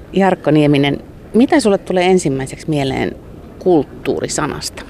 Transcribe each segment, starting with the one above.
Jarkko Nieminen, mitä sulle tulee ensimmäiseksi mieleen kulttuurisanasta?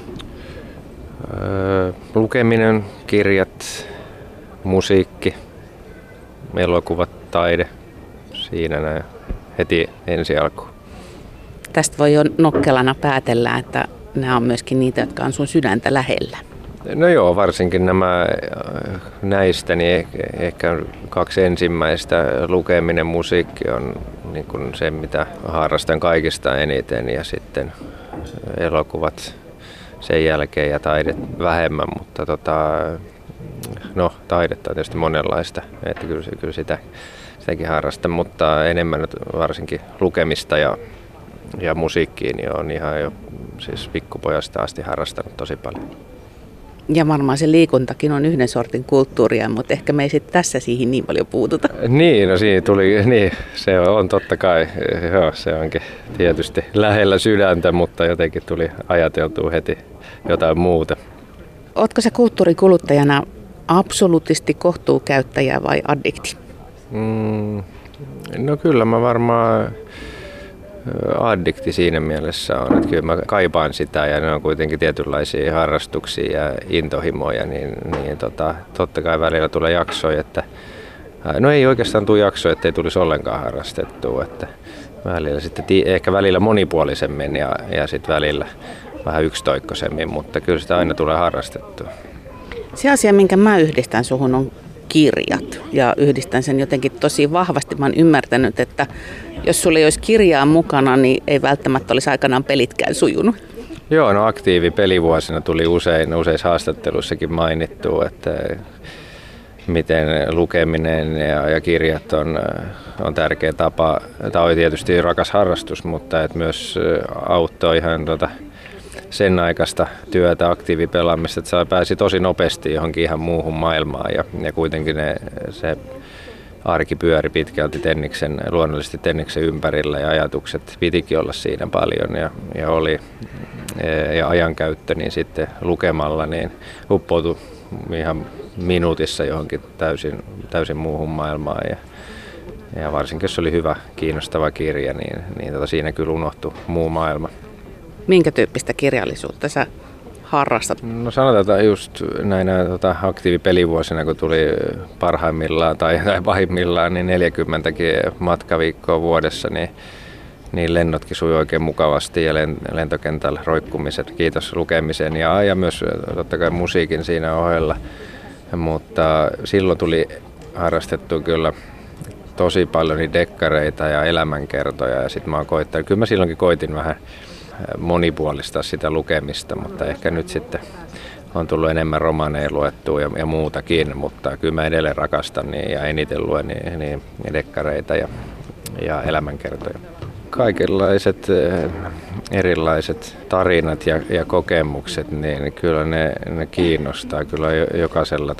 Lukeminen, kirjat, musiikki, elokuvat, taide. Siinä näin heti ensi alkuun. Tästä voi jo nokkelana päätellä, että nämä on myöskin niitä, jotka on sun sydäntä lähellä. No joo, varsinkin nämä näistä, niin ehkä kaksi ensimmäistä, lukeminen, musiikki on niin kuin se, mitä harrastan kaikista eniten, ja sitten elokuvat sen jälkeen ja taide vähemmän, mutta taidetta on tietysti monenlaista, että kyllä sitäkin harrastan, mutta enemmän nyt varsinkin lukemista ja musiikkiin niin on ihan jo siis pikkupojasta asti harrastanut tosi paljon. Ja varmaan se liikuntakin on yhden sortin kulttuuria, mutta ehkä me ei sitten tässä siihen niin paljon puututa. Niin, no siinä tuli, niin se on totta kai, joo, se onkin tietysti lähellä sydäntä, mutta jotenkin tuli ajateltua heti jotain muuta. Ootko sä kulttuurikuluttajana absoluutisti kohtuukäyttäjä vai addikti? No kyllä mä varmaan addikti siinä mielessä on, että kyllä mä kaipaan sitä ja ne on kuitenkin tietynlaisia harrastuksia ja intohimoja, niin totta kai välillä tulee jaksoja, että no ei oikeastaan tule jaksoja, ettei tulisi ollenkaan harrastettua, että välillä sitten ehkä välillä monipuolisemmin ja sitten välillä vähän yksitoikkoisemmin, mutta kyllä sitä aina tulee harrastettua. Se asia, minkä mä yhdistän suhun, on kirjat ja yhdistän sen jotenkin tosi vahvasti. Mä oon ymmärtänyt, että jos sulla ei olisi kirjaa mukana, niin ei välttämättä olisi aikanaan pelitkään sujunut. Joo, no aktiivipelivuosina tuli useissa haastatteluissakin mainittu, että miten lukeminen ja kirjat on tärkeä tapa. Tämä oli tietysti rakas harrastus, mutta että myös auttoi ihan sen aikaista työtä, aktiivipelaamista, että pääsi tosi nopeasti johonkin ihan muuhun maailmaan ja kuitenkin se arki pyöri pitkälti luonnollisesti Tenniksen ympärillä ja ajatukset pitikin olla siinä paljon ja oli ja ajankäyttö niin sitten lukemalla niin uppoutui ihan minuutissa johonkin täysin muuhun maailmaan ja varsinkin jos oli hyvä, kiinnostava kirja, niin siinä kyllä unohtui muu maailma. Minkä tyyppistä kirjallisuutta sä harrastat? No sanotaan just näinä aktiivipelivuosina, kun tuli parhaimmillaan tai pahimmillaan niin 40 matkaviikkoa vuodessa, niin lennotkin sui oikein mukavasti ja lentokentällä roikkumiset, kiitos lukemisen ja myös totta kai musiikin siinä ohella. Mutta silloin tuli harrastettua kyllä tosi paljon niin dekkareita ja elämänkertoja ja sitten mä oon koittanut, kyllä mä silloinkin koitin vähän monipuolistaa sitä lukemista, mutta ehkä nyt sitten on tullut enemmän romaaneja luettua ja muutakin, mutta kyllä mä edelleen rakastan ja eniten luen niin dekkareita ja elämänkertoja. Kaikenlaiset erilaiset tarinat ja kokemukset, niin kyllä ne kiinnostaa. Kyllä jokaisella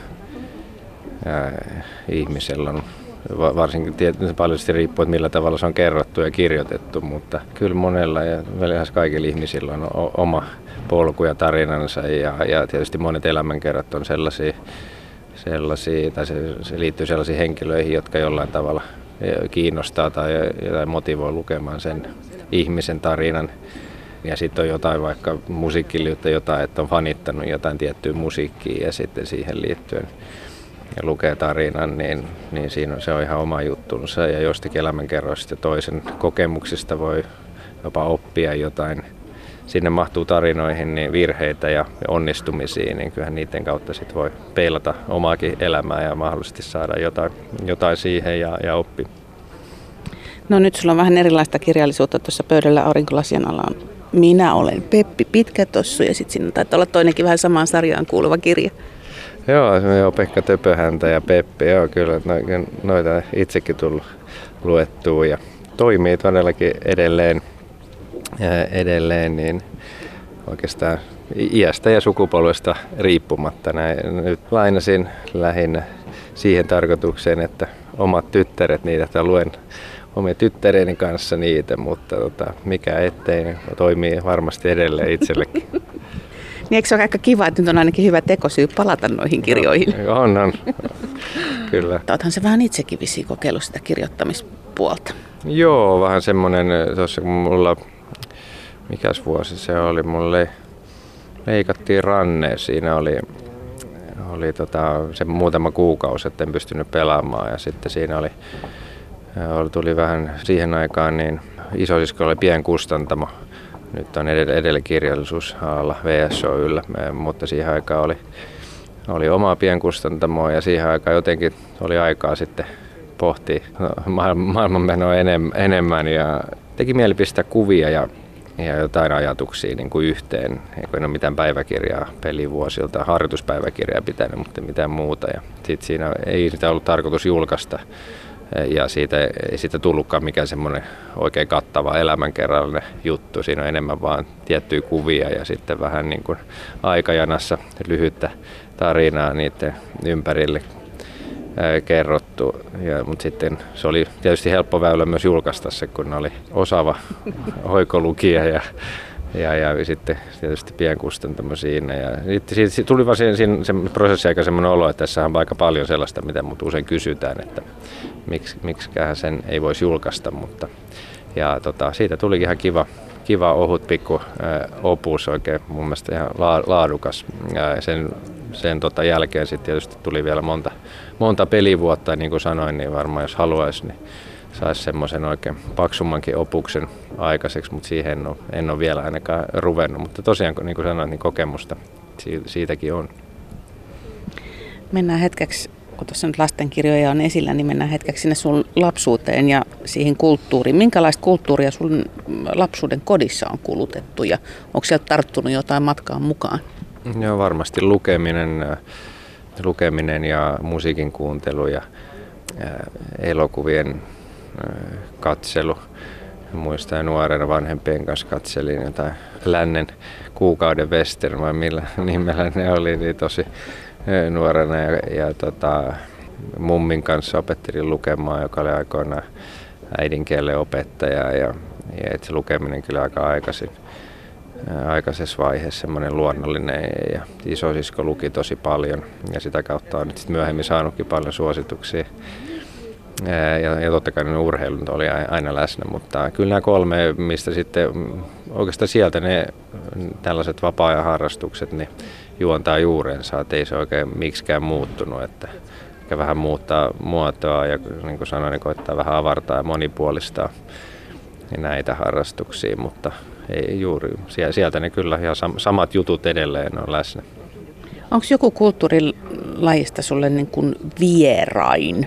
ihmisellä on, varsinkin paljon riippuu, että millä tavalla se on kerrottu ja kirjoitettu, mutta kyllä monella ja lähes kaikilla ihmisillä on oma polku ja tarinansa ja tietysti monet elämänkerrat on sellaisia tai se liittyy sellaisiin henkilöihin, jotka jollain tavalla kiinnostaa tai motivoi lukemaan sen ihmisen tarinan. Ja sitten on jotain vaikka musiikkiin liittyen jotain, että on fanittanut jotain tiettyä musiikkia ja sitten siihen liittyen ja lukee tarinan, niin siinä se on ihan oma juttunsa ja jostakin elämänkerroista ja toisen kokemuksista voi jopa oppia jotain. Sinne mahtuu tarinoihin niin virheitä ja onnistumisia, niin kyllähän niiden kautta sit voi peilata omaakin elämää ja mahdollisesti saada jotain siihen ja oppi. No nyt sulla on vähän erilaista kirjallisuutta tuossa pöydällä aurinkolasien alla on Minä olen Peppi Pitkätossu ja sitten siinä taitaa olla toinenkin vähän samaan sarjaan kuuluva kirja. Joo, Pekka Töpöhäntä ja Peppi, joo kyllä, noita itsekin tullut luettua ja toimii todellakin edelleen niin oikeastaan iästä ja sukupolvesta riippumatta. Nyt lainasin lähinnä siihen tarkoitukseen, että omat tyttäret niitä, luen omien tyttäreiden kanssa niitä, mutta mikä ettei, niin toimii varmasti edelleen itsellekin. Niin eikö se ole aika kiva, että nyt on ainakin hyvä tekosyy palata noihin kirjoihin? On, kyllä. Olethan se vähän itsekin vissiin kokeillut sitä kirjoittamispuolta. Joo, vähän semmoinen, tuossa kun mulla, mikäs vuosi se oli, mulle leikattiin ranne, siinä oli se muutama kuukausi, etten pystynyt pelaamaan ja sitten siinä tuli vähän siihen aikaan, niin isosisko oli pienkustantamo. Nyt on edelleen kirjallisuusalalla VSO yllä, mutta siihen aikaan oli omaa pienkustantamoa ja siihen aikaan jotenkin oli aikaa sitten pohtia maailmanmenoa enemmän ja teki mieli pistää kuvia ja jotain ajatuksia niin kuin yhteen. Ei ole mitään päiväkirjaa pelivuosilta, harjoituspäiväkirjaa pitänyt, mutta mitään muuta. Ja sitten siinä ei sitä ollut tarkoitus julkaista ja ei siitä tullutkaan mikään semmoinen oikein kattava elämänkerrallinen juttu. Siinä on enemmän vaan tiettyjä kuvia ja sitten vähän niin kuin aikajanassa lyhyttä tarinaa niiden ympärille kerrottu, mutta sitten se oli tietysti helppo väylä myös julkaista se, kun oli osaava hoikolukija ja sitten tietysti pienkustantamo siinä. Ja siitä tuli vaan sen prosessin aika semmoinen olo, että tässä on aika paljon sellaista, mitä mut usein kysytään, että miksiköhän sen ei voisi julkaista, mutta siitä tulikin ihan kiva ohut pikku opus, oikein mun mielestä ihan laadukas. Sen jälkeen sitten tietysti tuli vielä monta pelivuotta, niin kuin sanoin, niin varmaan jos haluaisi, niin saisi semmoisen oikein paksummankin opuksen aikaiseksi, mutta siihen en ole vielä ainakaan ruvennut. Mutta tosiaan, niin kuin sanoin, niin kokemusta siitäkin on. Mennään hetkeksi, kun tuossa nyt lastenkirjoja on esillä, niin mennään hetkeksi sinne sun lapsuuteen ja siihen kulttuuriin. Minkälaista kulttuuria sun lapsuuden kodissa on kulutettu ja onko sieltä tarttunut jotain matkaan mukaan? Joo, varmasti lukeminen ja musiikin kuuntelu ja elokuvien katselu. Muistan nuorena vanhempien kanssa katselin jotain Lännen kuukauden western, vai millä nimellä ne oli, niin tosi nuorena. Mummin kanssa opettelin lukemaan, joka oli aikoinaan äidinkielen opettaja. Ja se lukeminen kyllä aika aikaisessa vaiheessa semmoinen luonnollinen ja isosisko luki tosi paljon ja sitä kautta on nyt sit myöhemmin saanutkin paljon suosituksia. Ja totta kai urheilu oli aina läsnä, mutta kyllä nämä kolme, mistä sitten oikeastaan sieltä ne tällaiset vapaa-ajan harrastukset niin juontaa juurensa, että ei se oikein miksikään muuttunut, että ehkä vähän muuttaa muotoa ja niin kuin sanoin, niin koittaa vähän avartaa ja monipuolistaa näitä harrastuksia, mutta ei juuri. Sieltä ne kyllä ihan samat jutut edelleen on läsnä. Onko joku kulttuurilajista sulle niin kuin vierain?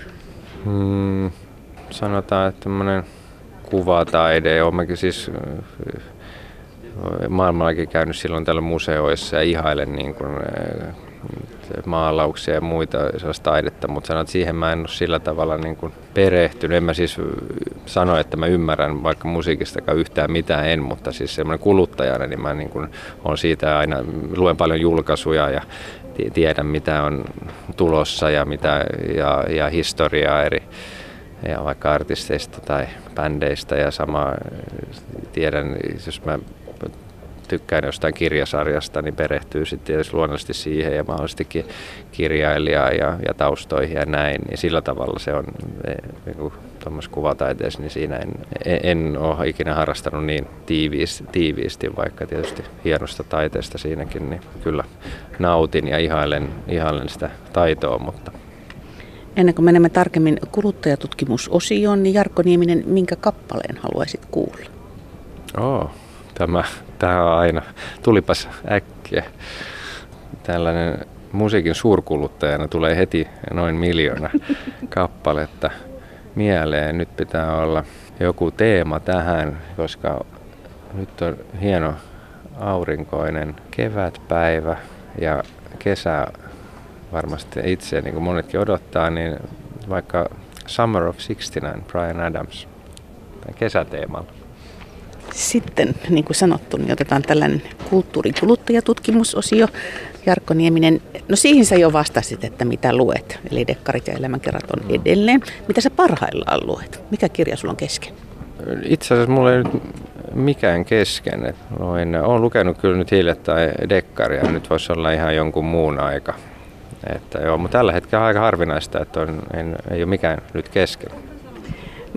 Sanotaan, että tämmöinen kuvataide. Olenkin siis maailmallakin käynyt silloin täällä museoissa ja ihailen niin kuin maalauksia ja muita sellaista taidetta, mutta sanon, että siihen mä en ole sillä tavalla niin kuin perehtynyt. En mä siis sano, että mä ymmärrän vaikka musiikistakaan yhtään mitään, mutta siis semmoinen kuluttajana, niin mä niin kuin olen siitä aina, luen paljon julkaisuja ja tiedän mitä on tulossa ja historiaa eri ja vaikka artisteista tai bändeistä ja sama tiedän, jos mä tykkään jostain kirjasarjasta, niin perehtyy sitten luonnollisesti siihen ja mahdollisestikin kirjailijaa ja taustoihin ja näin. Niin sillä tavalla se on tuommoisessa kuvataiteessa, niin siinä en ole ikinä harrastanut niin tiiviisti, vaikka tietysti hienosta taiteesta siinäkin, niin kyllä nautin ja ihailen sitä taitoa, mutta Ennen kuin menemme tarkemmin kuluttajatutkimusosioon, niin Jarkko Nieminen, minkä kappaleen haluaisit kuulla? Tämä on aina, tulipas äkkiä. Tällainen musiikin suurkuluttajana tulee heti noin 1 000 000 kappaletta mieleen. Nyt pitää olla joku teema tähän, koska nyt on hieno aurinkoinen kevätpäivä ja kesä varmasti itse, niin kuin monetkin odottaa, niin vaikka Summer of 69, Bryan Adams, kesäteemalla. Sitten, niin kuin sanottu, niin otetaan tällainen kulttuurikuluttajatutkimusosio. Jarkko Nieminen, no siihen sä jo vastasit, että mitä luet, eli dekkarit ja elämänkerrat on edelleen. Mitä sä parhaillaan luet? Mikä kirja sulla on kesken? Itse asiassa mulla ei nyt mikään kesken. Olen lukenut kyllä nyt hiljattain dekkaria, nyt voisi olla ihan jonkun muun aika. Mutta tällä hetkellä on aika harvinaista, että ei ole mikään nyt kesken.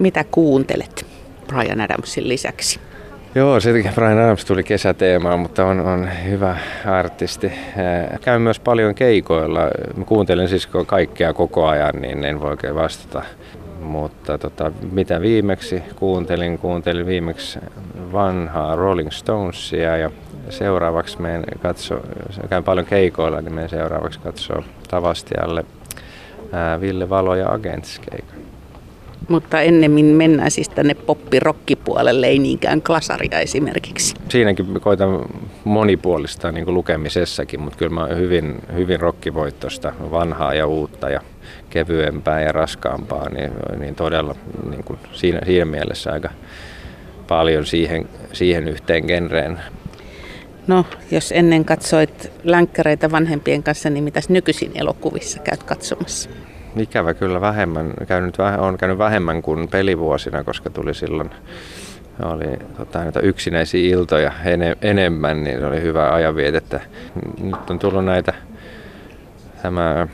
Mitä kuuntelet Bryan Adamsin lisäksi? Joo, se Bryan Adams tuli kesäteemaan, mutta on hyvä artisti. Käyn myös paljon keikoilla. Mä kuuntelen siis kaikkea koko ajan, niin en voi oikein vastata. Mutta mitä viimeksi kuuntelin viimeksi vanhaa Rolling Stonesia ja seuraavaksi käyn paljon keikoilla, niin menen seuraavaksi katsoo Tavastialle Ville Valo ja Agents -keikan. Mutta ennemmin mennään siis tänne poppi-rokkipuolelle, ei niinkään klasaria esimerkiksi. Siinäkin koitan monipuolista niin kuin lukemisessakin, mutta kyllä mä hyvin rokkivoittoista, vanhaa ja uutta ja kevyempää ja raskaampaa, niin todella niin kuin siinä mielessä aika paljon siihen yhteen genreen. No, jos ennen katsoit länkkäreitä vanhempien kanssa, niin mitäs nykyisin elokuvissa käyt katsomassa? Ikävä kyllä olen käynyt vähemmän kuin pelivuosina, koska tuli silloin oli näitä yksinäisiä iltoja enemmän, niin oli hyvä ajanvietettä. Nyt on tullut tämä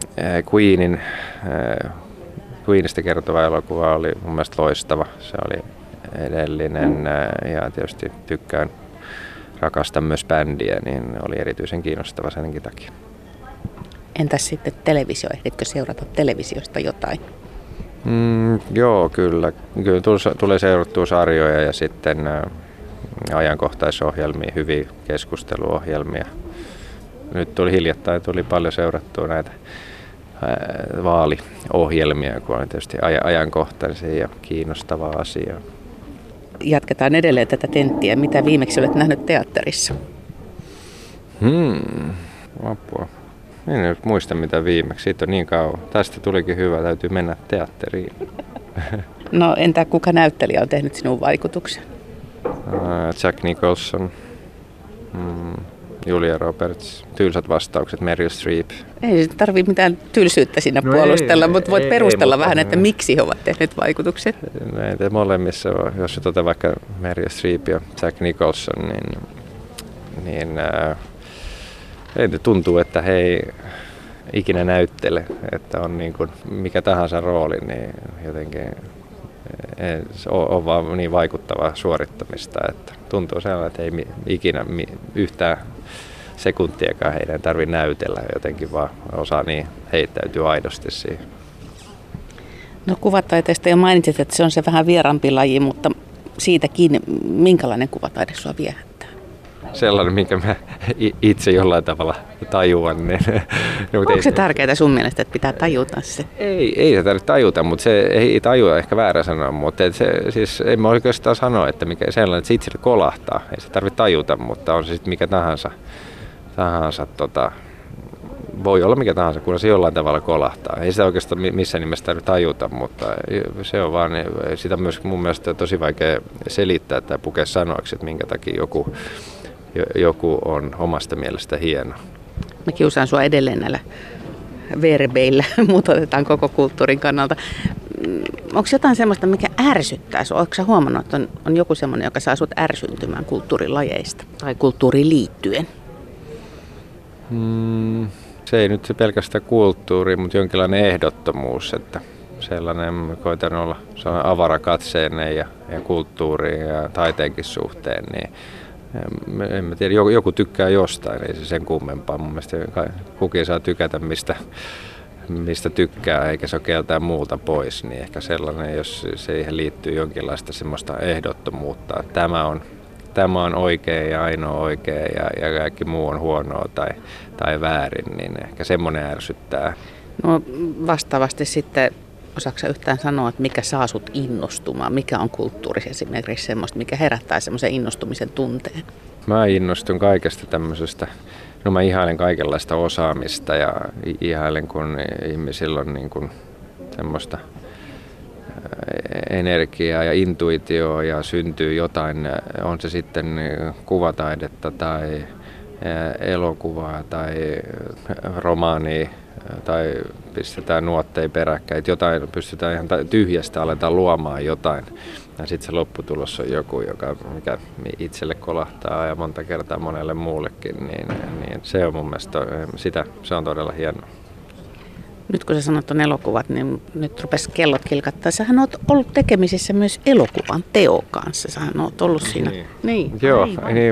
Queenista kertova elokuva oli mun mielestä loistava. Se oli edellinen ja tietysti rakastan myös bändiä, niin oli erityisen kiinnostava senkin takia. Entäs sitten televisio? Ehditkö seurata televisiosta jotain? Joo, kyllä tulee seurattua sarjoja ja sitten ajankohtaisohjelmia, hyviä keskusteluohjelmia. Nyt hiljattain tuli paljon seurattua näitä vaaliohjelmia, kun on tietysti ajankohtaisia ja kiinnostavaa asiaa. Jatketaan edelleen tätä tenttiä. Mitä viimeksi olet nähnyt teatterissa? Apua. En nyt muista mitä viimeksi. Siitä on niin kauan. Tästä tulikin hyvä. Täytyy mennä teatteriin. No entä kuka näyttelijä on tehnyt sinun vaikutuksen? Jack Nicholson, Julia Roberts, tylsät vastaukset, Meryl Streep. Ei tarvitse mitään tylsyyttä siinä puolustella, mutta voit perustella vähän, että miksi he ovat tehneet vaikutukset. Näitä molemmissa, jos vaikka Meryl Streep ja Jack Nicholson, niin tuntuu, että he ei ikinä näyttele, että on niin kuin mikä tahansa rooli, niin jotenkin on vaan niin vaikuttavaa suorittamista, että tuntuu sellainen, että ei ikinä yhtään sekuntiakaan heidän tarvitse näytellä, jotenkin vaan osaa niin heittäytyy aidosti siihen. No kuvataiteesta jo mainitsit, että se on se vähän vieraampi laji, mutta siitäkin minkälainen kuvataide sua viehättää? Sellainen, minkä mä itse jollain tavalla tajuan. Niin, onko se tärkeää sun mielestä, että pitää tajuta se? Ei se tarvitse tajuta, mutta se ei tajua ehkä väärä sanoa, mutta siis en mä oikeastaan sano, että mikä sellainen, että se itselle kolahtaa. Ei se tarvitse tajuta, mutta on se sitten mikä tahansa voi olla mikä tahansa, kun se jollain tavalla kolahtaa. Ei sitä oikeastaan missään nimessä tarvitse tajuta, mutta se on vaan, sitä myös mun mielestä tosi vaikea selittää tai pukea sanoiksi, että minkä takia joku on omasta mielestä hieno. Mä kiusaan sua edelleen näillä verbeillä, mutta otetaan koko kulttuurin kannalta. Onko jotain semmoista, mikä ärsyttää sinua? Oletko sä huomannut, että on joku semmoinen, joka saa sut ärsyntymään kulttuurilajeista tai kulttuuriin liittyen? Se ei nyt se pelkästään kulttuuri, mutta jonkinlainen ehdottomuus, että sellainen koitan olla avarakatseinen ja kulttuuriin ja taiteenkin suhteen, niin en mä tiedä, joku tykkää jostain, ei se sen kummempaa. Mun mielestä kukin saa tykätä mistä tykkää, eikä se ole keltään muulta pois, niin ehkä sellainen, jos siihen liittyy jonkinlaista semmoista ehdottomuutta, että tämä on oikea ja ainoa oikea ja kaikki muu on huonoa tai väärin, niin ehkä semmoinen ärsyttää. No vastaavasti sitten, osaatko yhtään sanoa, että mikä saa sut innostumaan? Mikä on kulttuurissa esimerkiksi semmoista, mikä herättää semmoisen innostumisen tunteen? Mä innostun kaikesta tämmöisestä. No mä ihailen kaikenlaista osaamista ja ihailen, kun ihmisillä on niin kuin semmoista energiaa ja intuitioa ja syntyy jotain, on se sitten kuvataidetta tai elokuvaa tai romaania tai pistetään nuotteja peräkkäin, jotain pystytään ihan tyhjästä aletaan luomaan jotain. Ja sitten se lopputulos on joku, mikä itselle kolahtaa ja monta kertaa monelle muullekin, niin se on mun mielestä, se on todella hienoa. Nyt kun sä sanot ton elokuvat, niin nyt rupesi kellot kilkattaa. Sähän oot ollut tekemisissä myös elokuvan teon kanssa. Sähän oot ollut siinä. Niin. Joo, niin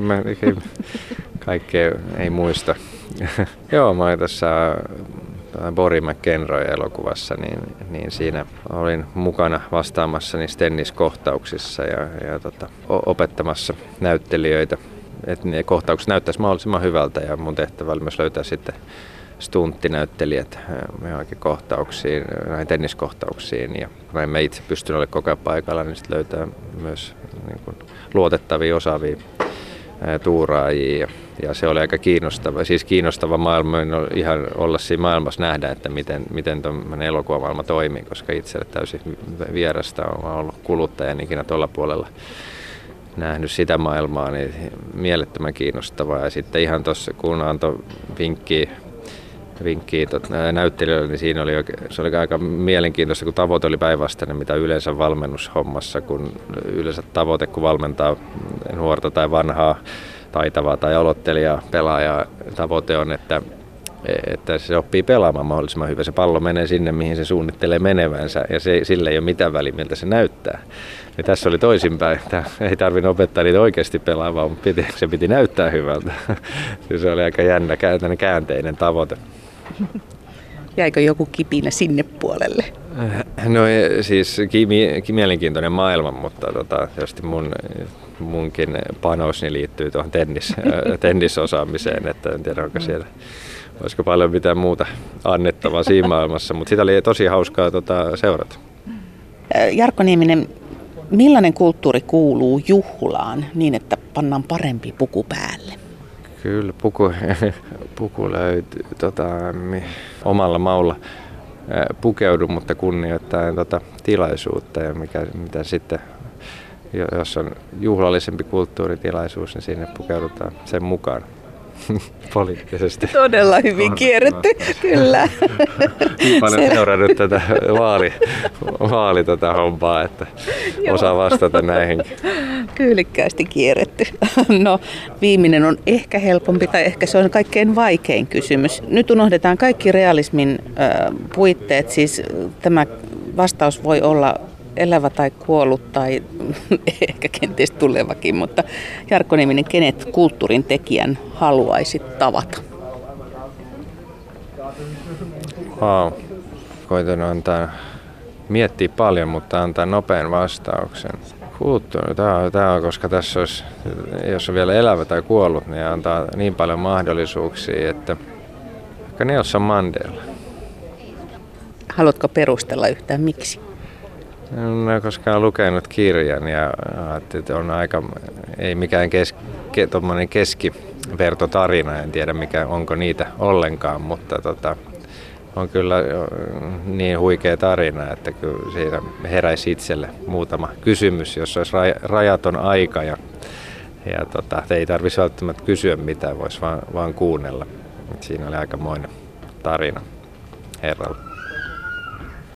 kaikkea ei muista. Joo, mä olin tässä Boris McEnroe-elokuvassa, niin siinä olin mukana vastaamassa niissä tenniskohtauksissa ja opettamassa näyttelijöitä, että ne kohtaukset näyttäisi mahdollisimman hyvältä, ja mun tehtävä oli myös löytää sitten stunttinäyttelijät johonkin kohtauksiin, näihin tenniskohtauksiin, ja kun emme itse pystynyt olemaan koko ajan paikalla, niin sitten löytää myös niin kuin luotettavia, osaavia tuuraajia, ja se oli aika kiinnostava maailma, ihan olla siinä maailmassa nähdä, että miten tuommoinen elokuvamaailma toimii, koska itselle täysin vierasta on ollut kuluttajan ikinä tuolla puolella nähnyt sitä maailmaa, niin mielettömän kiinnostavaa. Ja sitten ihan tuossa, kun antoi vinkkiä näyttelijöille, niin siinä se oli aika mielenkiintoista, kun tavoite oli päinvastainen, mitä yleensä valmennushommassa, kun yleensä tavoite, kun valmentaa nuorta tai vanhaa, taitavaa tai aloittelijaa pelaajaa, tavoite on, että se oppii pelaamaan mahdollisimman hyvin. Se pallo menee sinne, mihin se suunnittelee menevänsä, ja sille ei ole mitään väliä, miltä se näyttää. Ja tässä oli toisinpäin. Ei tarvinnut opettaa niitä oikeasti pelaamaan, mutta se piti näyttää hyvältä. Se oli aika jännä käänteinen tavoite. Jäikö joku kipinä sinne puolelle? No siis mielenkiintoinen maailma, mutta tietysti munkin panosni liittyy tuohon tennisosaamiseen, että en tiedä, olisiko paljon mitään muuta annettavaa siinä maailmassa, mutta sitä oli tosi hauskaa seurata. Jarkko Nieminen, millainen kulttuuri kuuluu juhlaan niin, että pannaan parempi puku päälle? Kyllä, puku löytyy omalla maulla pukeudu, mutta kunnioittaen tilaisuutta, ja mitä sitten, jos on juhlallisempi kulttuuritilaisuus, niin sinne pukeudutaan sen mukaan. Poliittisesti. Todella hyvin kierretty, kyllä. Paljon seurannut tätä vaali hommaa, että osaa vastata näihin. Tyylikkäästi kierretty. No, viimeinen on ehkä helpompi, tai ehkä se on kaikkein vaikein kysymys. Nyt unohdetaan kaikki realismin puitteet, siis tämä vastaus voi olla elävä tai kuollut tai ehkä kenties tulevakin, mutta Jarkko Nieminen, kenet kulttuurin tekijän haluaisit tavata? Koitan miettiä paljon, mutta antaa nopean vastauksen. Kulttuuri, tämä on, koska tässä olisi, jos on vielä elävä tai kuollut, niin antaa niin paljon mahdollisuuksia, että vaikka Nelson Mandela. Haluatko perustella yhtään miksi? No, koska olen lukenut kirjan ja että on ei mikään keskivertotarina, en tiedä onko niitä ollenkaan, mutta on kyllä niin huikea tarina, että kyllä siinä heräisi itselle muutama kysymys, jos olisi rajaton aika ja ei tarvitsisi välttämättä kysyä mitään, voisi vaan kuunnella. Siinä oli aikamoinen tarina herralla.